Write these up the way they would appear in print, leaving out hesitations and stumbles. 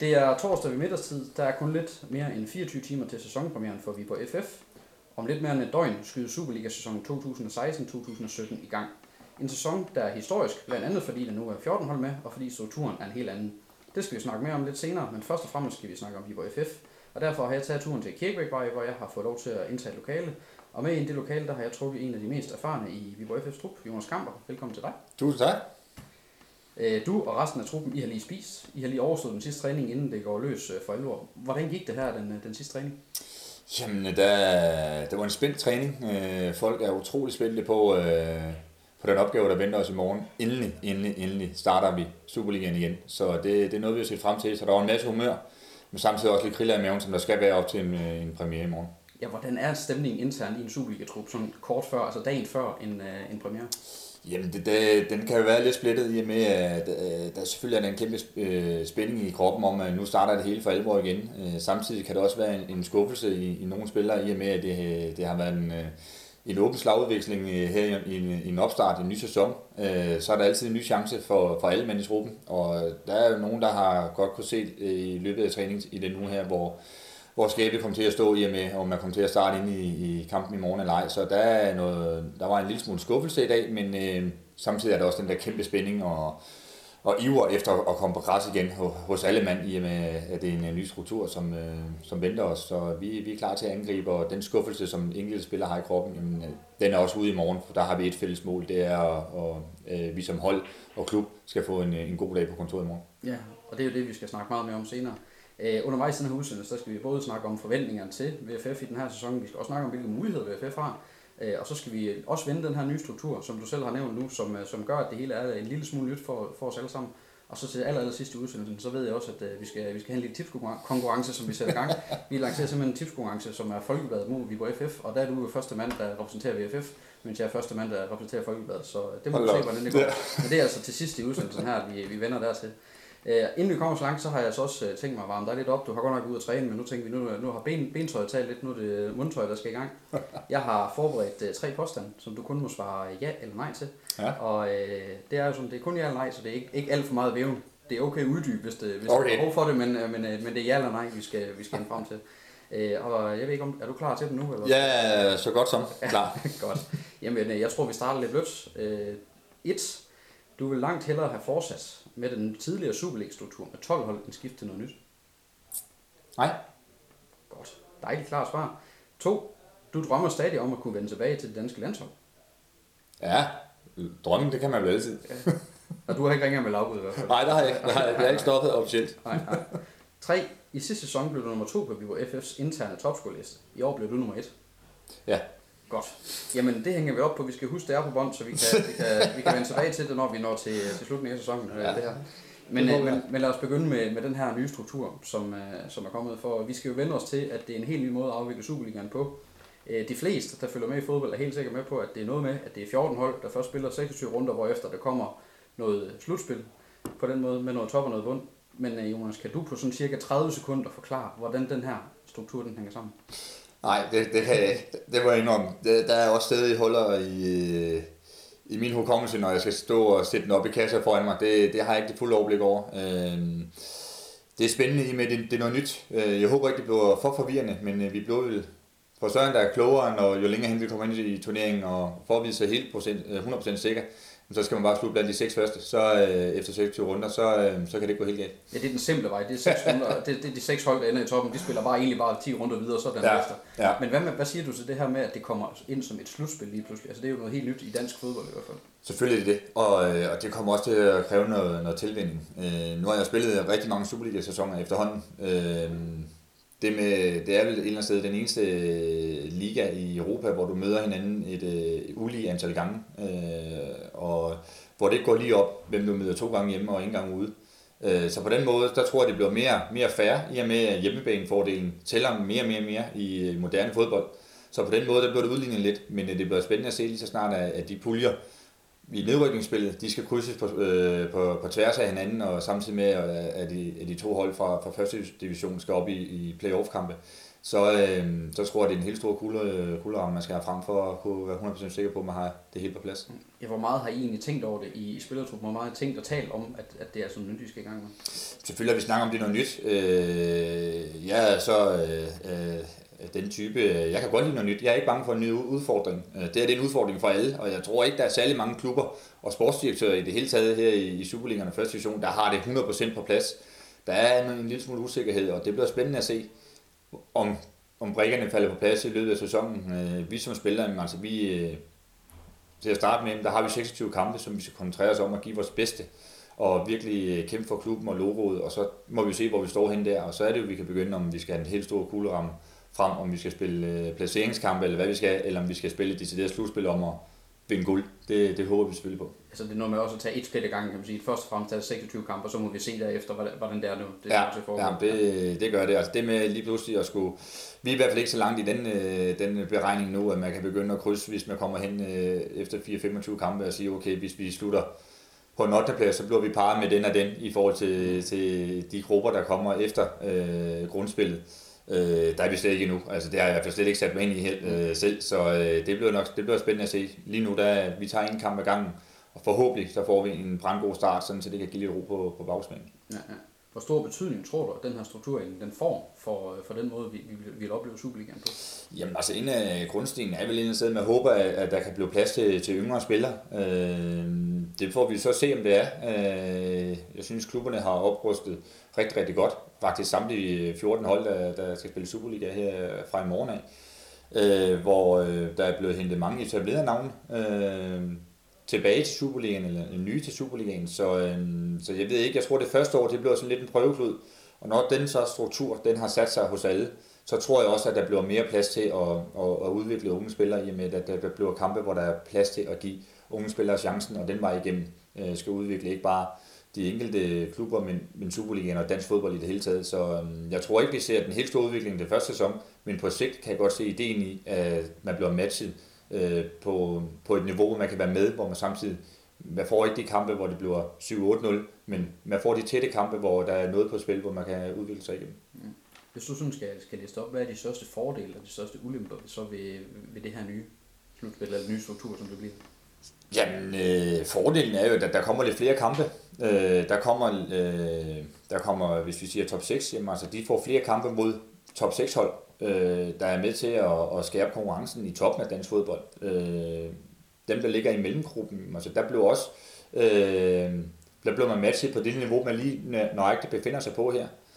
Det er torsdag ved middagstid. Der er kun lidt mere end 24 timer til sæsonpremieren for Viborg FF. Om lidt mere end et døgn skyder Superliga-sæsonen 2016-2017 i gang. En sæson, der er historisk, blandt andet fordi der nu er 14 hold med, og fordi strukturen er en helt anden. Det skal vi snakke mere om lidt senere, men først og fremmest skal vi snakke om Viborg FF. Og derfor har jeg taget turen til Kirkebækvej, hvor jeg har fået lov til at indtage lokale. Og med i det lokale, der har jeg trukket en af de mest erfarne i Viborg FF's trup, Jonas Kamper. Velkommen til dig. Tusind tak. Du og resten af truppen, I har lige spist. I har lige overstået den sidste træning, inden det går løs for alvor. Hvordan gik det her, den sidste træning? Jamen, det var en spændt træning. Folk er utrolig spændte på den opgave, der venter os i morgen. Endelig starter vi Superligaen igen. Så det er noget, vi har set frem til. Så der var en masse humør, men samtidig også lidt kriller i maven, som der skal være op til en premiere i morgen. Ja, hvordan er stemningen internt i en Superliga-trup, sådan kort før, altså dagen før en premiere? Jamen, den kan jo være lidt splittet i og med, at der selvfølgelig er en kæmpe spænding i kroppen om, at nu starter det hele for alvor igen. Samtidig kan det også være en skuffelse i nogle spillere, i og med, at det har været en åben slagudveksling her i en opstart, en ny sæson. Så er der altid en ny chance for alle mænd i truppen, og der er jo nogen, der har godt kunne se i løbet af træningen i den uge her, hvor skabet kom til at stå i og med, om man kom til at starte ind i kampen i morgen eller ej. Så der var en lille smule skuffelse i dag, men samtidig er der også den der kæmpe spænding og iver efter at komme på græs igen hos alle mand, i og med, at det er en ny struktur, som venter os. Så vi er klar til at angribe, og den skuffelse, som enkelte spillere har i kroppen, jamen, den er også ude i morgen, for der har vi et fælles mål. Det er, at vi som hold og klub skal få en god dag på kontoret i morgen. Ja, og det er jo det, vi skal snakke meget mere om senere. Undervejs i den her udsendelse, så skal vi både snakke om forventningerne til VFF i den her sæson, vi skal også snakke om, hvilke muligheder VFF har, og så skal vi også vende den her nye struktur, som du selv har nævnt nu, som gør, at det hele er en lille smule nyt for os alle sammen. Og så til aller sidste udsendelse, så ved jeg også, at vi skal have en lille tipskonkurrence, som vi sætter i gang. Vi lancerer simpelthen en tipskonkurrence, som er Folkebladet mod Viborg FF, og der er du første mand, der repræsenterer VFF, mens jeg er første mand, der repræsenterer Folkebladet, så det må vi se, hvordan det går. Men det er altså til sidst i udsendelsen her, at vi vender dertil. Inden vi kommer så langt, så har jeg så også tænkt mig at varme dig lidt op. Du har godt nok ud at træne, men nu tænker vi, nu har bentøjet talt lidt, nu er det mundtøj, der skal i gang. Jeg har forberedt 3 påstande, som du kun må svare ja eller nej til. Ja. Og det er jo sådan, det er kun ja eller nej, så det er ikke alt for meget væven. Det er okay at uddybe, hvis der er behov for det, men det er ja eller nej, vi skal ind frem til. Og jeg ved ikke, er du klar til det nu? Eller? Ja, så godt som klar. Godt. Jamen, jeg tror, vi starter lidt løbs. 1. Du vil langt hellere have fortsat med den tidligere Superliga-struktur med 12 hold end skift til noget nyt? Nej. Godt. Dejligt klart svar. 2. Du drømmer stadig om at kunne vende tilbage til det danske landshold? Ja, drømmen, det kan man jo altid. Ja. Og du har ikke ringet med lavbud i hvert fald? Nej, det har jeg ikke. Jeg har ikke stoppet officielt. Nej. 3. I sidste sæson blev du nummer 2 på Viborg FF's interne topscore-liste. I år blev du nummer 1. Ja. Godt. Jamen, det hænger vi op på. Vi skal huske, det er på bånd, så vi kan vende tilbage til det, når vi når til slutningen af sæsonen. Ja. Det her. Men lad os begynde med den her nye struktur, som er kommet. For vi skal jo vende os til, at det er en helt ny måde at afvikle Superligaen på. De fleste, der følger med i fodbold, er helt sikkert med på, at det er noget med, at det er 14 hold, der først spiller 26 runder, hvorefter der kommer noget slutspil på den måde, med noget top og noget bund. Men Jonas, kan du på sådan cirka 30 sekunder forklare, hvordan den her struktur den hænger sammen? Nej, det kan jeg ikke. Det må jeg indrømme. Der er også stadig huller i min hukommelse, når jeg skal stå og sætte den op i kasser foran mig. Det har jeg ikke det fulde overblik over. Det er spændende i med, det er noget nyt. Jeg håber ikke, det bliver for forvirrende, men vi bliver vel for Søren, der er klogere, når jo længere hen vi kommer ind i turneringen, og for at vide sig helt 100% sikker, så skal man bare slutte blandt de 6 første, så efter 26 runder, så kan det ikke gå helt galt. Ja, det er den simple vej. Det er 6 runder, det er de 6 hold, der ender i toppen. De spiller egentlig bare 10 runder videre, så er den efter. Ja. Men hvad siger du til det her med, at det kommer ind som et slutspil lige pludselig? Altså det er jo noget helt nyt i dansk fodbold i hvert fald. Selvfølgelig er det, og det kommer også til at kræve noget tilvænning. Nu har jeg spillet rigtig mange Superliga-sæsoner efterhånden. Det er vel et eller andet sted den eneste liga i Europa, hvor du møder hinanden et ulige antal gange, og hvor det ikke går lige op, hvem du møder 2 gange hjemme og 1 gang ude. Så på den måde, der tror jeg, det bliver mere fair, i og med at hjemmebanefordelen tæller mere i moderne fodbold. Så på den måde, der bliver det udlignet lidt, men det bliver spændende at se lige så snart, at de puljer i nedrykningsspillet, de skal krydses på tværs af hinanden, og samtidig med, at de 2 hold fra første division skal op i playoff-kampe. så tror jeg, det er en helt stor kulderamme, man skal have frem for at kunne være 100% sikker på, at man har det helt på plads. Ja, hvor meget har I egentlig tænkt over det i spillertruppen? Hvor meget har I tænkt og talt om, at det er sådan nyt, vi skal i gang med? Selvfølgelig har vi snakket om, det er noget nyt. Jeg er så den type, jeg kan godt lide noget nyt. Jeg er ikke bange for en ny udfordring. Det er en udfordring for alle, og jeg tror ikke, der er særlig mange klubber og sportsdirektører i det hele taget her i Superligaen og første division, der har det 100% på plads. Der er en lille smule usikkerhed, og det bliver spændende at se, om brikkerne falder på plads i løbet af sæsonen. Vi som spillere, altså til at starte med, der har vi 26 kampe, som vi skal koncentrere os om at give vores bedste, og virkelig kæmpe for klubben og logoet, og så må vi se, hvor vi står hen der, og så er det jo, vi kan begynde, om vi skal have en helt stor kugleramme frem, om vi skal spille placeringskampe, eller hvad vi skal, eller om vi skal spille et decideret slutspil om at vinde guld. Det håber vi selvfølgelig på. Altså det er noget med også at tage et skridt ad gangen, kan man sige. Først og fremmest tage 26 kampe, og så må vi se derefter, hvordan det er nu. Det gør det. Altså det med lige pludselig at skulle... Vi er i hvert fald ikke så langt i den beregning nu, at man kan begynde at krydse, hvis man kommer hen efter 4-25 kampe og sige, okay, hvis vi slutter på en 8. plads, så bliver vi parret med den og den i forhold til de grupper, der kommer efter grundspillet. Der er vi slet ikke endnu. Altså det har jeg i hvert fald slet ikke sat mig ind i selv, så det bliver spændende at se. Lige nu, vi tager en kamp ad gangen, og forhåbentlig så får vi en brandgod start, sådan, så det kan give lidt ro på bagsmængen. Ja. Hvor stor betydning tror du, at den her struktur den får for den måde, vi vil opleve Superligaen på? Jamen altså en af grundstenene er vel et sted med at håbe, at der kan blive plads til yngre spillere. Det får vi så se, om det er. Jeg synes, klubberne har oprustet rigtig, rigtig godt. Faktisk samtlige 14 hold, der skal spille Superliga her fra i morgen af. Hvor der er blevet hentet mange etablerede navne tilbage til Superligaen, eller nye til Superligaen. Så jeg ved ikke, jeg tror det første år, det bliver sådan lidt en prøveklud. Og når den så struktur, den har sat sig hos alle, så tror jeg også, at der bliver mere plads til at udvikle unge spillere, i og med at der bliver kampe, hvor der er plads til at give unge spillere chancen, og den vej igennem skal udvikle ikke bare de enkelte klubber, men Superligaen og dansk fodbold i det hele taget. Så jeg tror ikke, vi ser den helt store udvikling den første sæson, men på sigt kan jeg godt se ideen i, at man bliver matchet på et niveau, hvor man kan være med, hvor man samtidig, man får ikke de kampe, hvor det bliver 7-8-0, men man får de tætte kampe, hvor der er noget på spil, hvor man kan udvikle sig igennem. Hvis du sådan skal liste op, hvad er de største fordele og de største ulemper så ved det her nye slutspil, eller nye struktur, som det bliver? Jamen, fordelen er jo, at der kommer lidt flere kampe. Der kommer, hvis vi siger top 6, jamen, altså, de får flere kampe mod top 6 hold, der er med til at skærpe konkurrencen i toppen af dansk fodbold. Dem, der ligger i mellemgruppen, altså, der blev man matchet på det niveau, man lige nøjagtigt befinder sig på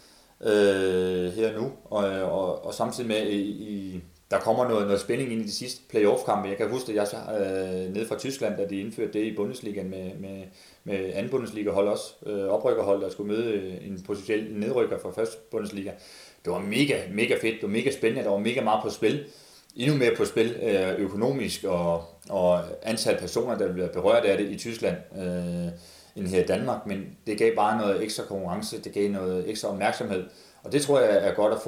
her nu, og samtidig med der kommer noget spænding ind i de sidste playoff-kampe. Jeg kan huske, at jeg nede fra Tyskland, da de indførte det i Bundesligaen med anden Bundesliga-hold også, oprykkerhold, der skulle møde en potentiel nedrykker fra første Bundesliga. Det var mega, mega fedt, det var mega spændende, der var mega meget på spil. Endnu mere på spil økonomisk og antal personer, der bliver berørt af det i Tyskland end her i Danmark, men det gav bare noget ekstra konkurrence, det gav noget ekstra opmærksomhed, og det tror jeg er godt at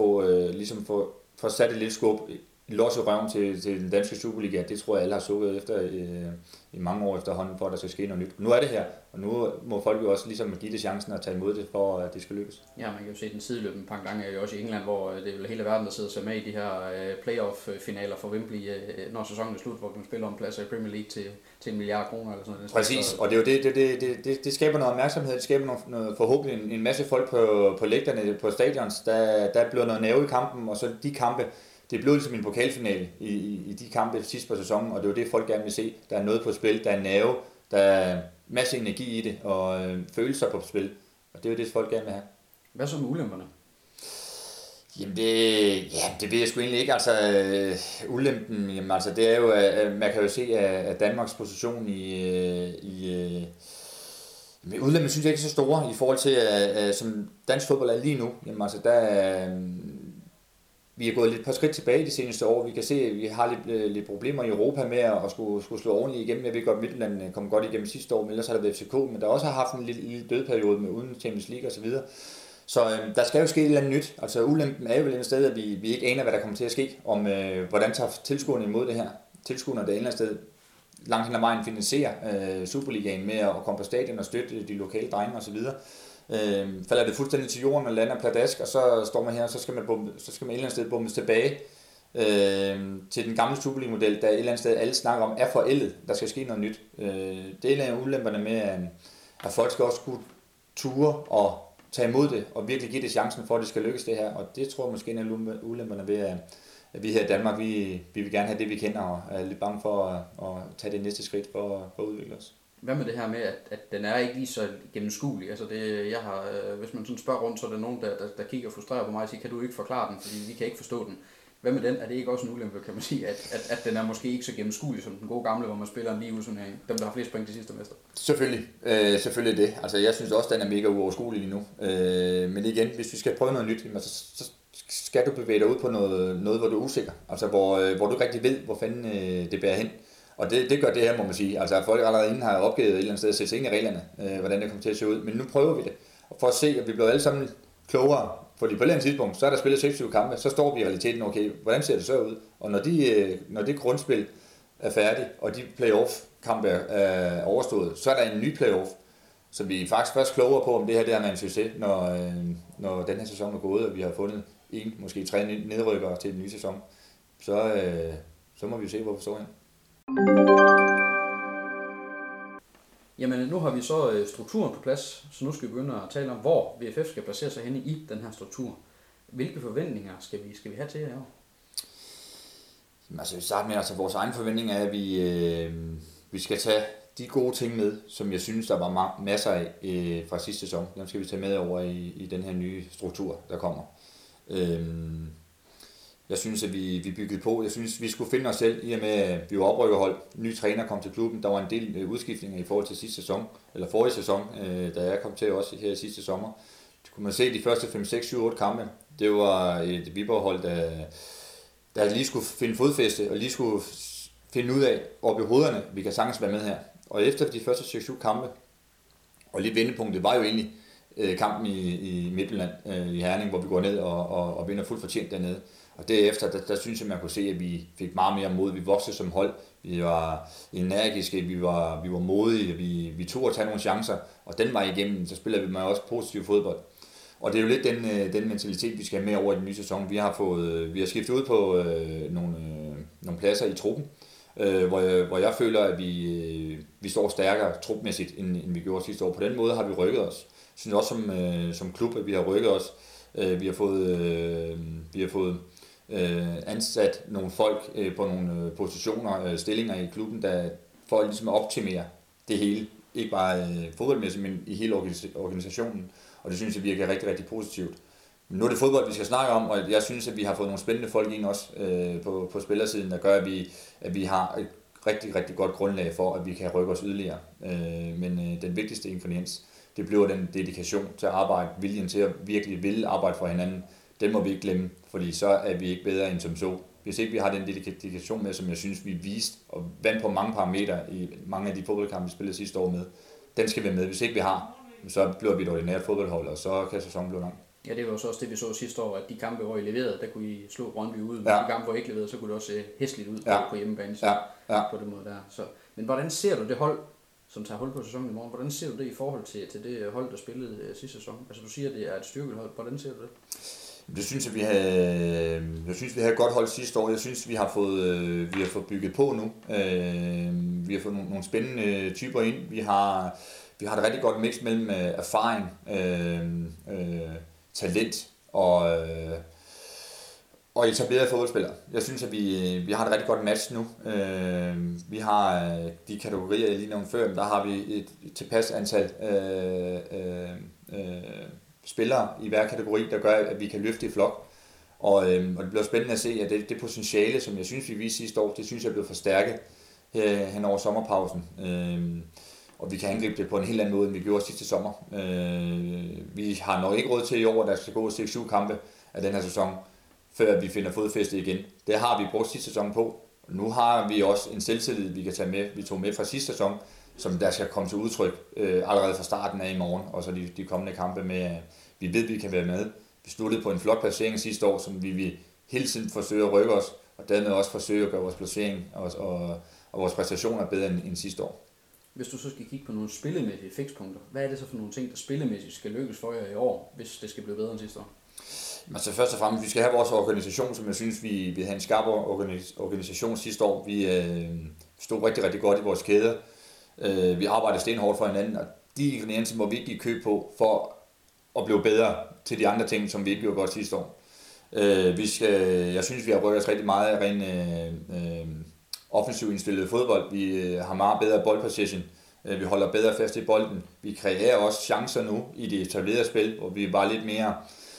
få sat et lidt skub i los i røven til den danske Superliga. Det tror jeg alle har sukket efter i mange år efterhånden, for at der skal ske noget nyt. Nu er det her, og nu må folk jo også ligesom give det chancen at tage imod det, for at det skal lykkes. Ja, man kan jo se den sideløbende par gange er jo også i England, hvor det er jo hele verden, der sidder sig med i de her playoff-finaler for Wembley, når sæsonen er slut, hvor man spiller om pladser i Premier League til 1 milliard kroner eller sådan noget. Præcis, og det er jo det skaber noget opmærksomhed, det skaber noget forhåbentlig en masse folk på lægterne på stadions, der bliver noget nerve i kampen, og så de kampe, det blev ligesom en pokalfinale i de kampe sidst på sæsonen, og det er jo det, folk gerne vil se. Der er noget på spil, der er nerve, der er masse energi i det, og følelser på spil, og det er jo det, folk gerne vil have. Hvad så med ulemperne? Jamen det ved jeg sgu egentlig ikke. Altså ulempen, jamen altså det er jo, at man kan jo se, at Danmarks position i ulempen synes jeg ikke er så store i forhold til, som dansk fodbold er lige nu. Jamen altså vi er gået lidt par skridt tilbage de seneste år. Vi kan se, at vi har lidt problemer i Europa med at skulle slå ordentligt igennem. Jeg ved godt, at Midtjylland kom godt igennem sidste år, men ellers har der været FCK, men der også har haft en lille dødperiode med uden Champions League osv. Så der skal jo ske et eller andet nyt. Altså ulempen er jo vel et sted, at vi ikke aner, hvad der kommer til at ske, om hvordan tager tilskuerne imod det her. Tilskuerne der et eller andet sted langt hen ad vejen finansierer Superligaen med at komme på stadion og støtte de lokale drenge osv. falder det fuldstændig til jorden og lander pladask, og så står man her, så skal man et eller andet sted bommes tilbage til den gamle Superliga-model, der et eller andet sted alle snakker om er forældet. Der skal ske noget nyt. Det er en af ulemperne med, at folk skal også kunne ture og tage imod det, og virkelig give det chancen for, at det skal lykkes det her. Og det tror jeg måske en af ulemperne ved, at vi her i Danmark, vi vil gerne have det, vi kender, og er lidt bange for at tage det næste skridt for at udvikle os. Hvad med det her med, at den er ikke lige så gennemskuelig? Altså hvis man sådan spørger rundt, så er der nogen, der kigger frustreret på mig og siger, kan du ikke forklare den, fordi vi kan ikke forstå den. Hvad med den? Er det ikke også en ulempe, kan man sige, at den er måske ikke så gennemskuelig som den gode gamle, hvor man spiller en lige udturnering? Dem, der har flest point til sidste mester. Selvfølgelig det. Altså jeg synes også, den er mega uoverskuelig lige nu. Men igen, hvis vi skal prøve noget nyt, så skal du bevæge dig ud på noget hvor du er usikker. Altså hvor du ikke rigtig ved, hvor fanden det bærer hen. Og det gør det her, må man sige. Altså folk allerede inden har opgivet et eller andet sted at sætte sig ind i reglerne, hvordan det kommer til at se ud. Men nu prøver vi det. For at se, at vi bliver alle sammen klogere. Fordi på et eller andet tidspunkt, så er der spillet 26 kampe, så står vi i realiteten, okay, hvordan ser det så ud? Og når det grundspil er færdigt, og de playoff-kampe er overstået, så er der en ny playoff. Så vi er faktisk først klogere på, om det her der er en succes, når den her sæson er gået, og vi har fundet måske 3 nedrykkere til den nye sæson. Så må vi jo se, hvor vi står hen. Jamen, nu har vi så strukturen på plads, så nu skal vi begynde at tale om, hvor VFF skal placere sig henne i den her struktur. Hvilke forventninger skal vi have til jer? Altså, vi starter med, vores egen forventning er, at vi skal tage de gode ting med, som jeg synes, der var masser af fra sidste sæson. Dem skal vi tage med over i den her nye struktur, der kommer. Jeg synes, at vi byggede på. Jeg synes, vi skulle finde os selv i og med, at vi var oprykkerhold. Ny træner kom til klubben. Der var en del udskiftninger i forhold til sidste sæson, eller forrige sæson, da jeg kom til også her sidste sommer. Det kunne man se de første 5, 6, 7, 8 kampe. Det var et Viborg-hold, der lige skulle finde fodfæste, og lige skulle finde ud af, oppe i hovederne, vi kan sagtens være med her. Og efter de første 6, 7 kampe, og lige vendepunktet var jo egentlig kampen i Midtjylland, i Herning, hvor vi går ned og vinder fuldt fortjent dernede. Og derefter, der synes jeg, man kunne se, at vi fik meget mere mod. Vi voksede som hold. Vi var energiske, vi var modige, vi tog at tage nogle chancer. Og den var igennem, så spiller vi også positiv fodbold. Og det er jo lidt den mentalitet, vi skal have med over i den nye sæson. Vi har skiftet ud på nogle pladser i truppen, hvor jeg føler, at vi står stærkere trupmæssigt, end vi gjorde sidste år. På den måde har vi rykket os. Jeg synes også som klub, at vi har rykket os. Vi har fået ansat nogle folk på nogle positioner, stillinger i klubben, der for ligesom at optimere det hele. Ikke bare fodboldmæssigt, men i hele organisationen. Og det synes jeg virker rigtig, rigtig positivt. Men nu er det fodbold, vi skal snakke om, og jeg synes, at vi har fået nogle spændende folk ind også på spillersiden, der gør, at vi har et rigtig, rigtig godt grundlag for, at vi kan rykke os yderligere. Men den vigtigste ingrediens, det bliver den dedikation til at arbejde, viljen til at virkelig ville arbejde for hinanden. Den må vi ikke glemme, fordi så er vi ikke bedre end som så. Hvis ikke vi har den dedikation med, som jeg synes, vi viste og vandt på mange parametre i mange af de fodboldkampe, vi spillede sidste år med, den skal vi med. Hvis ikke vi har, så bliver vi et ordinært fodboldhold, og så kan sæsonen blive lang. Ja, det var også det, vi så sidste år, at de kampe, hvor I leverede, der kunne I slå Brøndby ud. Men de kampe, hvor I ikke leverede, så kunne det også se hæsligt ud på hjemmebane. På den måde der. Så, men hvordan ser du det hold, som tager hul på sæsonen i morgen? Hvordan ser du det i forhold til det hold, der spillede sidste sæson? Altså du siger, at det er et styrkehold. Hvordan ser du det? Det synes jeg, vi havde et godt hold sidste år. Jeg synes, vi har fået bygget på nu. Vi har fået nogle spændende typer ind. Vi har et rigtig godt mix mellem erfaring, talent og etablerede fodboldspillere. Jeg synes, at vi har et rigtig godt match nu. Vi har de kategorier, jeg lige nævnte før, men der har vi et tilpas antal spillere i hver kategori, der gør, at vi kan løfte i flok. Og det bliver spændende at se, at det potentiale, som jeg synes, vi viste sidste år, det synes jeg blev forstærket hen over sommerpausen. Og vi kan angribe det på en helt anden måde, end vi gjorde sidste sommer. Vi har nok ikke råd til i år, at der skal gå 6-7 kampe af den her sæson, før vi finder fodfæste igen. Det har vi brugt sidste sæson på. Nu har vi også en selvtillid, vi kan tage med. Vi tog med fra sidste sæson, som der skal komme til udtryk allerede fra starten af i morgen, og så de kommende kampe med, vi ved, vi kan være med. Vi sluttede på en flot placering sidste år, som vi vil hele tiden forsøge at rykke os, og dermed også forsøge at gøre vores placering og vores præstationer bedre end sidste år. Hvis du så skal kigge på nogle spillemæssige fikspunkter, hvad er det så for nogle ting, der spillemæssigt skal lykkes for jer i år, hvis det skal blive bedre end sidste år? Altså først og fremmest, vi skal have vores organisation, som jeg synes, vi havde en skarp organisation sidste år. Vi stod rigtig, rigtig godt i vores kæder. Vi arbejdede stenhårdt for hinanden, og de ingredienser må vi ikke give køb på for at blive bedre til de andre ting, som vi ikke gjorde godt sidste år. Jeg synes, vi har rykket os rigtig meget af ren offensivt indstillet fodbold. Vi har meget bedre boldpossession. Vi holder bedre fast i bolden. Vi kreerer også chancer nu i det etablerede spil, hvor vi var lidt mere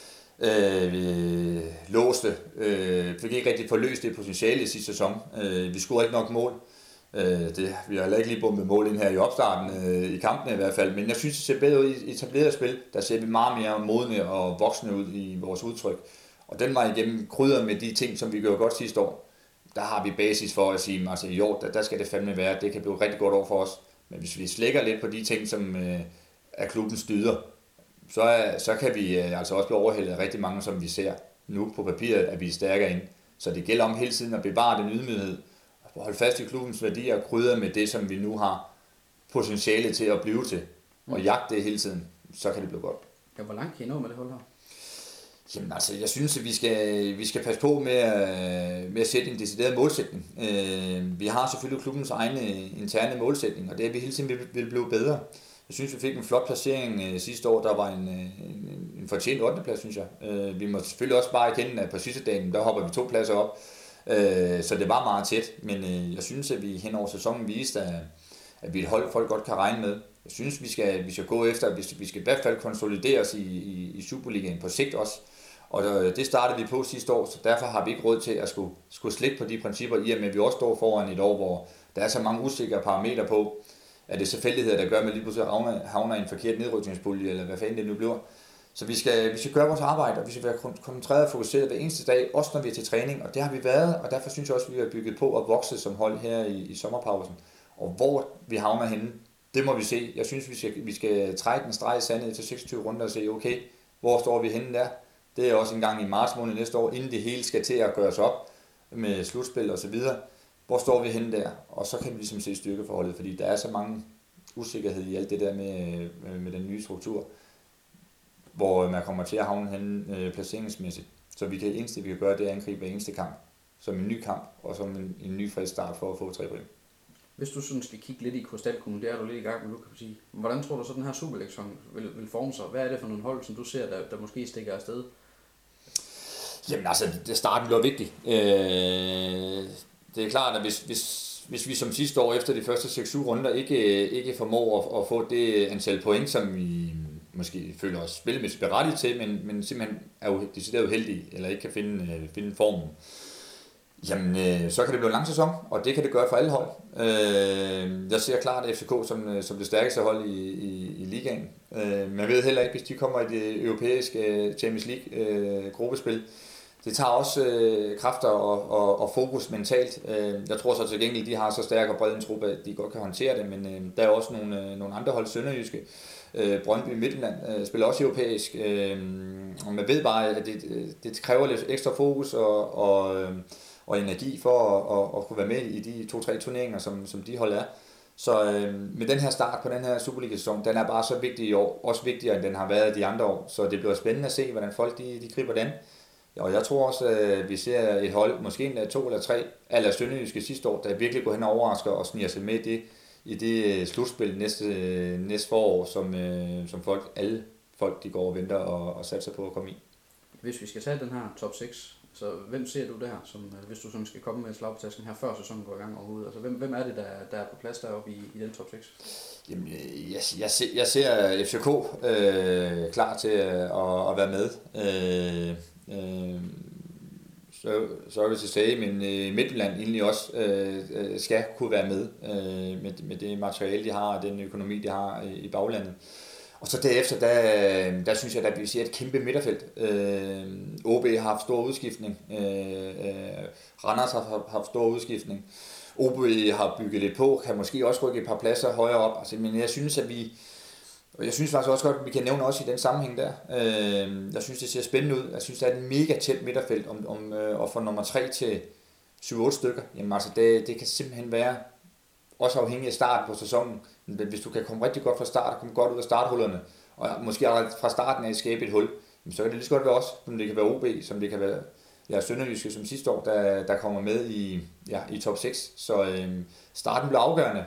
låste. Fik ikke rigtig forløst det potentiale i sidste sæson. Vi scorede ikke nok mål. Vi har heller ikke lige bombet mål ind her i opstarten, i kampene i hvert fald. Men jeg synes, det ser bedre ud i etableret spil. Der ser vi meget mere modne og voksne ud i vores udtryk. Og den var igennem krydder med de ting, som vi gjorde godt sidste år. Der har vi basis for at sige, altså i år, der skal det fandme være. Det kan blive et rigtig godt år for os. Men hvis vi slækker lidt på de ting, som er klubbens dyder, så kan vi altså også blive overhældet af rigtig mange, som vi ser nu på papiret, at vi er stærkere ind. Så det gælder om hele tiden at bevare den ydmyghed, og holde fast i klubbens værdier og krydre med det, som vi nu har potentiale til at blive til, og jagte det hele tiden, så kan det blive godt. Ja, hvor langt kan I nå med det hold her? Jamen altså, jeg synes, at vi skal passe på med at sætte en decideret målsætning. Vi har selvfølgelig klubbens egne interne målsætning, og det er, at vi hele tiden vil blive bedre. Jeg synes, vi fik en flot placering sidste år. Der var en fortjent 8. plads, synes jeg. Vi må selvfølgelig også bare erkende, at på sidste dagen, der hopper vi 2 pladser op. Så det var meget tæt, men jeg synes, at vi hen over sæsonen viste, at vi er et hold, folk godt kan regne med. Jeg synes, vi skal gå efter, at vi skal i hvert fald konsolidere os i Superligaen på sigt også. Og det startede vi på sidste år, så derfor har vi ikke råd til at skulle slippe på de principper, i og med at vi også står foran et år, hvor der er så mange usikre parametre på, at det er tilfældigheder, der gør, at man lige pludselig havner i en forkert nedrykningspulje, eller hvad fanden det nu bliver. Så vi skal gøre vores arbejde, og vi skal være koncentreret og fokuseret hver eneste dag, også når vi er til træning, og det har vi været, og derfor synes jeg også, at vi har bygget på og vokset som hold her i sommerpausen. Og hvor vi havner henne, det må vi se. Jeg synes, vi skal trække en streg i sandet til 26 runder og se, okay, hvor står vi henne der? Det er også en gang i marts måned næste år, inden det hele skal til at gøres op med slutspil og så videre. Hvor står vi henne der? Og så kan vi ligesom se styrkeforholdet, fordi der er så mange usikkerhed i alt det der med den nye struktur, hvor man kommer til at havne henne placeringsmæssigt. Så vi kan eneste, vi kan gøre, det er at angribe hver eneste kamp, som en ny kamp, og som en ny frisk start for at få 3 point. Hvis du sådan skal kigge lidt i krystalkuglen, det er du lidt i gang med, du kan sige. Hvordan tror du så, den her Superliga-sæson vil forme sig? Hvad er det for nogle hold, som du ser, der måske stikker afsted? Jamen altså, starten bliver vigtig. Det er klart, at hvis vi som sidste år efter de første 6-7 runder ikke formår at få det antal point, som vi måske føler os spillemæssigt berettiget til, men simpelthen er decideret uheldige, eller ikke kan finde formen, jamen så kan det blive en lang sæson, og det kan det gøre for alle hold. Jeg ser klart FCK som det stærkeste hold i ligaen. Man ved heller ikke, hvis de kommer i det europæiske Champions League gruppespil. Det tager også kræfter og fokus mentalt. Jeg tror så til gengæld, de har så stærk og bred en truppe, at de godt kan håndtere det, men der er også nogle andre hold, sønderjyske. Brøndby Midtjylland spiller også europæisk, og man ved bare, at det kræver lidt ekstra fokus og energi for at kunne være med i de 2-3 turneringer, som de hold er. Så med den her start på den her Superliga-sæson, den er bare så vigtig i år, også vigtigere end den har været de andre år, så det bliver spændende at se, hvordan folk de griber den. Og jeg tror også, at vi ser et hold, måske endda 2 eller 3, eller sønderjyske sidste år, der virkelig går hen og overrasker og sniger sig med i det slutspil næste forår, som alle folk de går og venter og satser på at komme i. Hvis vi skal tage den her top 6, så hvem ser du der, hvis du skal komme med slag på tasken her, før sæsonen går i gang overhovedet? Altså, hvem er det, der er på plads deroppe i den top 6? Jamen, jeg ser FCK klar til at være med. Sorry to say, men Midtjylland egentlig også skal kunne være med det materiale, de har, og den økonomi, de har i baglandet. Og så derefter, der synes jeg, at vi ser et kæmpe midterfelt. OB har haft stor udskiftning. Randers har haft stor udskiftning. OB har bygget lidt på, kan måske også rykke et par pladser højere op. Altså, men jeg synes, faktisk også godt, at vi kan nævne også i den sammenhæng der. Jeg synes, det ser spændende ud. Jeg synes, det er et mega tæt midterfelt om at få nummer 3 til 7-8 stykker. Jamen altså, det kan simpelthen være også afhængig af starten på sæsonen. Men hvis du kan komme rigtig godt fra start, og komme godt ud af starthullerne, og måske allerede fra starten af skabe et hul, så kan det lige så godt være også, som det kan være OB, som det kan være Sønderjyske som sidste år, der kommer med i top 6. Så starten bliver afgørende,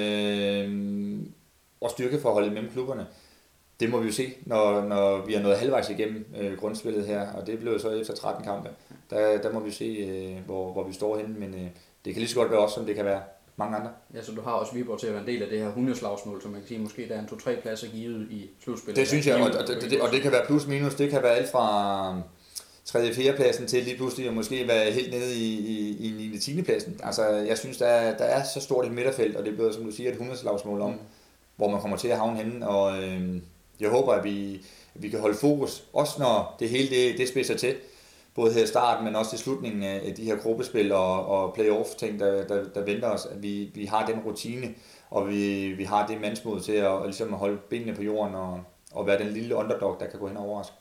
og styrkeforholdet mellem klubberne. Det må vi jo se, når vi er nået halvvejs igennem grundspillet her, og det blev så efter 13 kampe. Der må vi se, hvor vi står henne, men det kan lige så godt være også, som det kan være mange andre. Ja, så du har også Viborg til at være en del af det her hundeslagsmål, som man kan sige, måske der er en 2-3 pladser givet i slutspillet. Det synes jeg, og det kan være plus minus, det kan være alt fra 3. og 4. pladsen til lige pludselig at måske være helt nede i 9. og 10. pladsen. Altså, jeg synes, der er så stort et midterfelt, og det bliver, som du siger, et hundeslagsmål om, hvor man kommer til at havne henne, og jeg håber, at vi kan holde fokus, også når det hele det spidser til, både her i starten, men også i slutningen af de her gruppespil og playoff-ting, der venter os, at vi har den rutine, og vi har det mandsmod til at ligesom holde benene på jorden og være den lille underdog, der kan gå hen og overraske.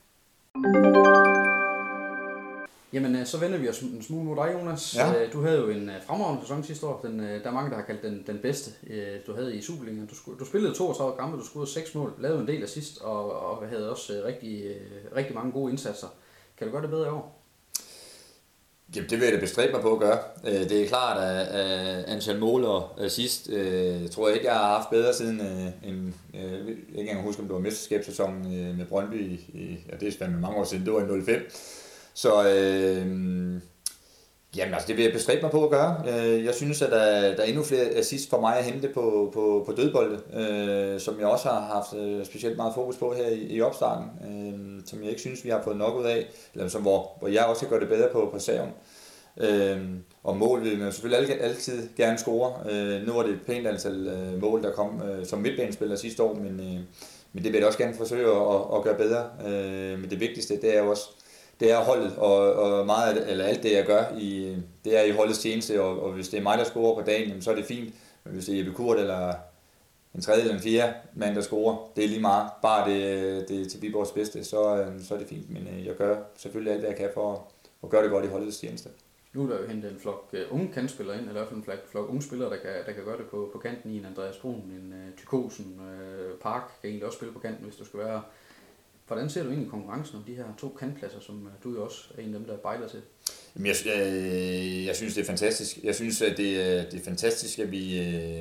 Jamen, så vender vi os en smule mod dig, Jonas. Ja. Du havde jo en fremragende sæson sidste år. Der er mange, der har kaldt den bedste, du havde i Superligaen. Du spillede 32 kampe, du scorede 6 mål, lavede en del assist og havde også rigtig mange gode indsatser. Kan du gøre det bedre i år? Jamen, det vil jeg da bestræbe mig på at gøre. Det er klart, at antal mål og assist, tror jeg ikke, jeg har haft bedre siden jeg ikke engang huske, om det var mesterskabssæsonen med Brøndby. Det er spændende mange år siden, det var i 05. Så jamen, altså, det vil jeg bestræbe mig på at gøre. Jeg synes, at der er endnu flere assist for mig at hente på dødbolde, som jeg også har haft specielt meget fokus på her i opstarten, som jeg ikke synes, vi har fået nok ud af, eller hvor jeg også kan gøre det bedre på saven. Og mål vil man selvfølgelig altid gerne score. Nu var det et pænt antal mål, der kom som midtbanespiller sidste år, men det vil jeg også gerne forsøge at gøre bedre. Men det vigtigste, det er jo også det er holdet, og meget, eller alt det, jeg gør, det er i holdets tjeneste, og hvis det er mig, der scorer på dagen, så er det fint. Men hvis det er Jeppe Kurt, eller en 3. eller en 4. mand, der scorer, det er lige meget. Bare det er til Viborgs bedste, så er det fint. Men jeg gør selvfølgelig alt, hvad jeg kan for at gøre det godt i holdets tjeneste. Nu er der jo hentet en flok unge kantspillere ind, eller i hvert fald en flok unge spillere, der kan gøre det på kanten i en Andreas Brun, en Tykosen, Park kan egentlig også spille på kanten, hvis du skal være. Hvordan ser du egentlig konkurrencen om de her 2 kantpladser, som du jo også er en af dem, der bejler til? Jamen, jeg synes, det er fantastisk. Jeg synes, at det er fantastisk, at vi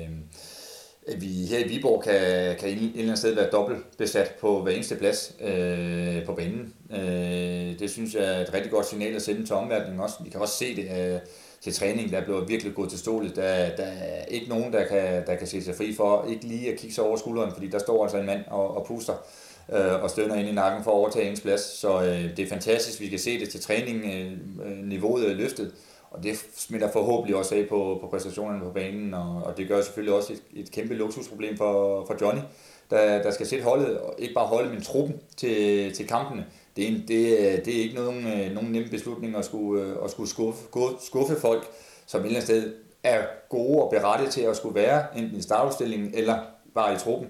her i Viborg kan et eller andet sted være dobbelt besat på hver eneste plads på banen. Det synes jeg er et rigtig godt signal at sende til omverdenen også. Vi kan også se det til træning, der bliver virkelig gået til stålet. Der er ikke nogen, der kan se sig fri for ikke lige at kigge sig over skulderen, fordi der står altså en mand og puster og stønner ind i nakken for at overtage ens plads. Så det er fantastisk, vi kan se det til træning. Niveauet er løftet, og det smitter forhåbentlig også af på præstationerne på banen, og det gør selvfølgelig også et kæmpe luksusproblem for Johnny, der skal sætte holdet, og ikke bare holdet, men truppen til kampene. Det er ikke nogen nem beslutning at skulle skuffe folk, som et eller andet sted er gode og berettiget til at skulle være enten i startopstillingen eller bare i truppen.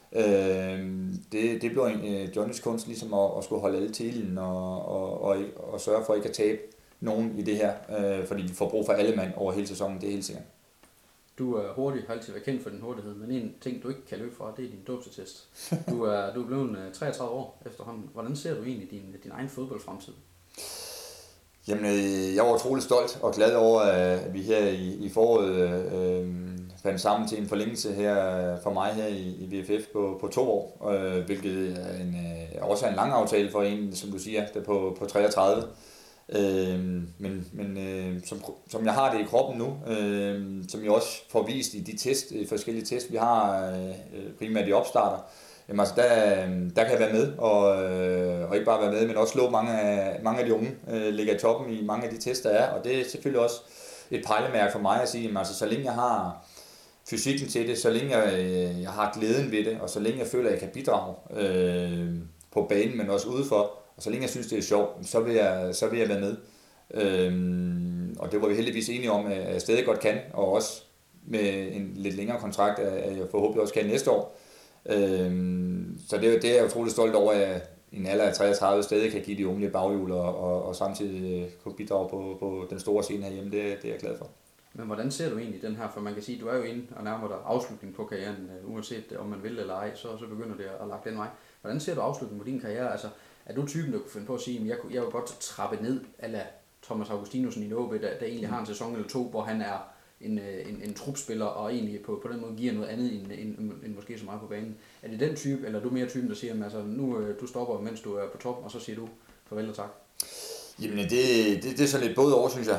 Det bliver Johnnys kunst ligesom at skulle holde alle til ilden og sørge for ikke at tabe nogen i det her, fordi vi får brug for alle mand over hele sæsonen, det er helt sikkert. Du er hurtig, har altid været kendt for din hurtighed, men en ting, du ikke kan løbe fra, det er din dåbsattest. Du er blevet 33 år efterhånden. Hvordan ser du egentlig din egen fodboldfremtid? Jamen, jeg var utrolig stolt og glad over, at vi her i foråret fandt sammen til en forlængelse her for mig her i VFF på 2 år, hvilket er også en lang aftale for en, som du siger, der på 33. Men som jeg har det i kroppen nu, som jeg også får vist i de forskellige test, vi har primært i opstarter, jamen altså der kan jeg være med, og ikke bare være med, men også slå mange af de unge, ligger i toppen i mange af de tests, der er, og det er selvfølgelig også et pejlemærke for mig at sige, jamen altså så længe jeg har fysikken til det, så længe jeg har glæden ved det, og så længe jeg føler, at jeg kan bidrage på banen, men også udefor, og så længe jeg synes, det er sjovt, så vil jeg være med. Og det var vi heldigvis enige om, at jeg stadig godt kan, og også med en lidt længere kontrakt, at jeg forhåbentlig også kan næste år. Så det er jeg utroligt stolt over, at jeg i en alder af 33 stadig kan give de unge lidt baghjul, og samtidig kunne bidrage på den store scene herhjemme. Det er jeg glad for. Men hvordan ser du egentlig den her? For man kan sige, du er jo inde og nærmer dig afslutning på karrieren, uanset om man vil eller ej, så begynder det at lage den vej. Hvordan ser du afslutningen på din karriere? Altså, er du typen, der kunne finde på at sige, at jeg vil godt trappe ned, eller Thomas Augustinussen i Nåbe, der egentlig har en sæson eller to, hvor han er en trupspiller, og egentlig på den måde giver noget andet end måske så meget på banen. Er det den type, eller er du mere typen, der siger, at altså, nu du stopper, mens du er på top, og så siger du farvel og tak? Jamen, det er sådan lidt både over, synes jeg.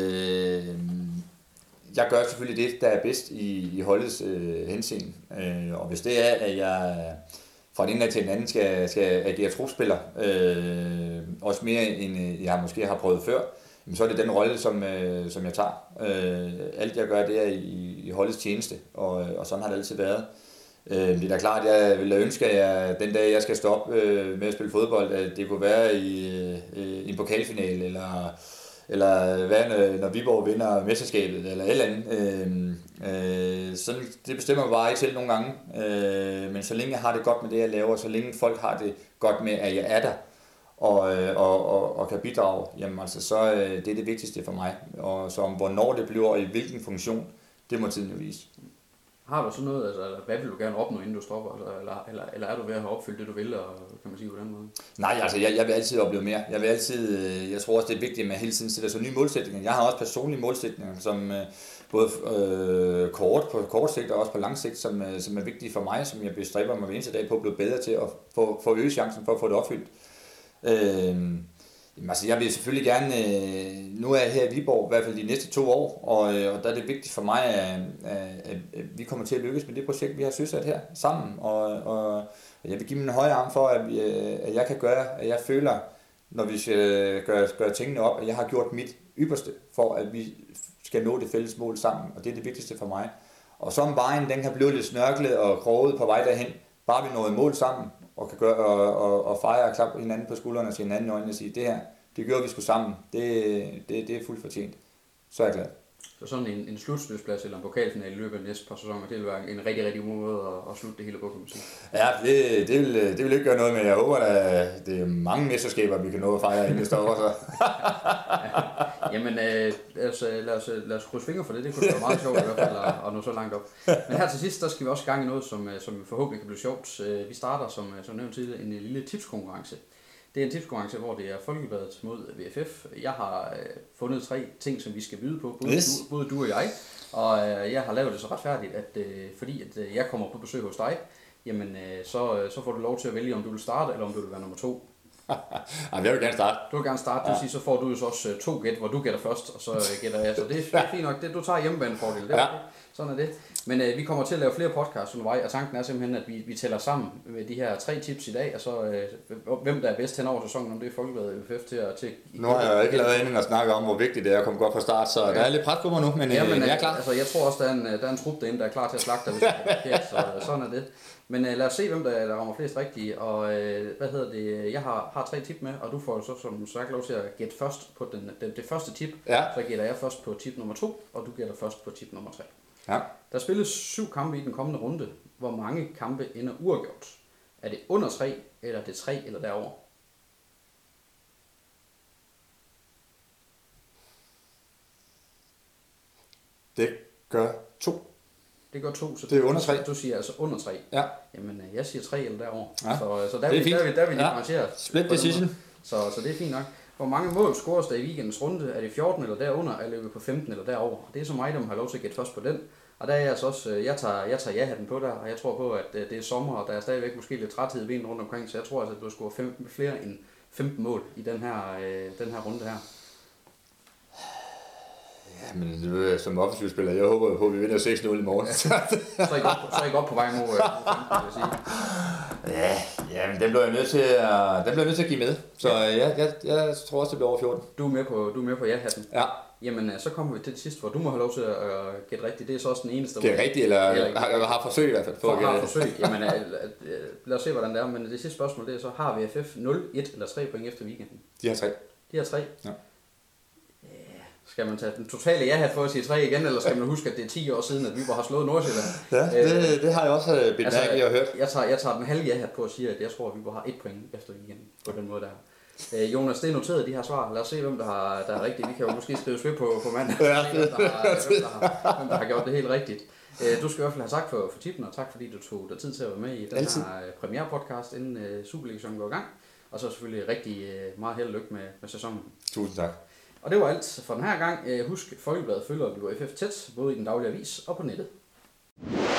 Jeg gør selvfølgelig det, der er bedst i holdets henseende. Og hvis det er, at jeg fra den ene dag til den anden skal agere trupspiller, også mere end jeg måske har prøvet før, så er det den rolle, som jeg tager. Alt jeg gør, det er i holdets tjeneste, og sådan har det altid været. Det er da klart, at jeg ville ønske, at den dag, jeg skal stoppe med at spille fodbold, at det kunne være i en pokalfinale, eller hvad, når Viborg vinder mesterskabet, eller et eller andet. Sådan, det bestemmer jeg bare ikke selv nogle gange. Men så længe jeg har det godt med det, jeg laver, så længe folk har det godt med, at jeg er der, og kan bidrage, jamen altså, så det er det vigtigste for mig. Og så om hvornår det bliver, og i hvilken funktion, det må tiden jo vise. Har du sådan noget, altså, hvad vil du gerne opnå, inden du stopper, eller er du ved at have opfyldt det, du vil, og kan man sige på den måde? Nej, altså jeg vil altid opleve mere. Jeg tror også, det er vigtigt, at man hele tiden sætter så nye målsætninger. Jeg har også personlige målsætninger, som både på kort sigt og også på lang sigt, som er vigtige for mig, som jeg bestræber mig hver eneste dag på at blive bedre til at få øget chancen for at få det opfyldt. Altså jeg vil selvfølgelig gerne, nu er jeg her i Viborg, i hvert fald de næste 2 år, og der er det vigtigt for mig, at vi kommer til at lykkes med det projekt, vi har søsat her sammen, og jeg vil give min højre arm for, at jeg kan gøre, at jeg føler, når vi skal gøre tingene op, at jeg har gjort mit ypperste for, at vi skal nå det fælles mål sammen, og det er det vigtigste for mig. Og så om vejen, den kan blive lidt snørklet og kroget på vej derhen, bare vi når et mål sammen, og kan gøre og fejre og klappe hinanden på skuldrene og se hinanden i øjnene og sige, det her, det gør vi sgu sammen. Det er fuldt fortjent. Så er jeg glad. Så sådan en slutspilsplads eller en pokalfinale i løbet af næste par sæsoner, det vil være en rigtig, rigtig god måde at slutte det hele på, kan man sige. Ja, det vil ikke gøre noget med. Jeg håber, at det er mange mesterskaber, vi kan nå at fejre inden næste år. Så. Jamen, lad os krydse fingre for det. Det kunne være meget sjovt i hvert fald at nå så langt op. Men her til sidst, der skal vi også i gang i noget, som forhåbentlig kan blive sjovt. Vi starter, som nævnt tidligere, en lille tipskonkurrence. Det er en tipskonkurrence, hvor det er Folkebladet mod VFF. Jeg har fundet 3 ting, som vi skal byde på, både du og jeg. Og jeg har lavet det så retfærdigt, at fordi at jeg kommer på besøg hos dig, jamen så får du lov til at vælge, om du vil starte, eller om du vil være nummer 2. Jeg vil gerne starte. Du vil gerne starte, det vil sige, så får du jo så også 2 gæt, hvor du gætter først, og så gætter jeg. Så det er fint nok, du tager hjemmebanefordel. Det er okay. Sådan er det. Men vi kommer til at lave flere podcasts undervejs, og tanken er simpelthen, at vi tæller sammen med de her 3 tips i dag, og så hvem der er bedst hen over sæsonen, om det er Folkebladet VFF til. Nu har jeg jo ikke lavet inden at snakke om, hvor vigtigt det er at komme godt fra start, så der er lidt pres på mig nu, men jeg er klar. Altså, jeg tror også, der er en trup derinde, der er klar til at slagte dig, hvis det er forkert, så sådan er det. Men lad os se, hvem der rammer flest rigtige, og jeg har 3 tip med, og du får så som sagt lov til at gætte først på det første tip, så gætter jeg først på tip nummer 2, og du gætter først på tip nummer 3. Ja. Der spilles 7 kampe i den kommende runde. Hvor mange kampe ender uafgjort? Er det under 3, eller er det 3 eller derover? Det gør 2. Det gør 2, så det er under 3. Du siger altså under 3. Ja. Jamen, jeg siger 3 eller derover. Ja. Så der er vi differentieret. Split decision. Så det er fint nok. Hvor mange mål scores der i weekendens runde? Er det 14 eller derunder? Er det på 15 eller derover? Det er så mig, der må have lov til at gætte først på den. Og der er jeg altså også, jeg tager ja-hatten på der, og jeg tror på, at det er sommer, og der er stadigvæk måske lidt træthed i benene rundt omkring, så jeg tror altså, at du scorer flere end 15 mål i den her runde her. Ja, men det vil jeg som offensivspiller, jeg håber på, at vi vinder 6-0 i morgen. Så er I godt på vej mod 15, vil jeg sige. Ja, men den bliver jeg nødt til at give med. Så jeg tror også, det bliver over 14. Du er med på ja-hatten? Ja. Jamen, så kommer vi til det sidste, hvor du må have lov til at gætte rigtigt. Det er så også den eneste. Det er rigtigt, eller har forsøg i hvert fald. Har forsøg. Jamen, lad os se, hvordan det er. Men det sidste spørgsmål, det er så, har VFF 0, 1 eller 3 point efter weekenden? De har 3. De har 3? Ja. Skal man tage den totale ja-hat for at sige 3 igen, eller skal man huske, at det er 10 år siden, at Viborg har slået Nordsjælland? Ja, det har jeg også bidt mærke i at høre. Jeg tager den halve ja-hat på at sige, at jeg tror, at Viborg har 1 point efter weekenden på den måde der. Jonas, det er noteret de her svar. Lad os se, hvem der er rigtigt. Vi kan jo måske skrive ved på mandag. Ja. Hvem der har gjort det helt rigtigt. Du skal i hvert fald have tak for tippen, og tak fordi du tog dig tid til at være med i den her premiere-podcast, inden Superliga-sæsonen går i gang. Og så selvfølgelig rigtig meget held og lykke med sæsonen. Tusind tak. Og det var alt for den her gang. Husk, Folkebladet følger Viborg FF tæt, både i den daglige avis og på nettet.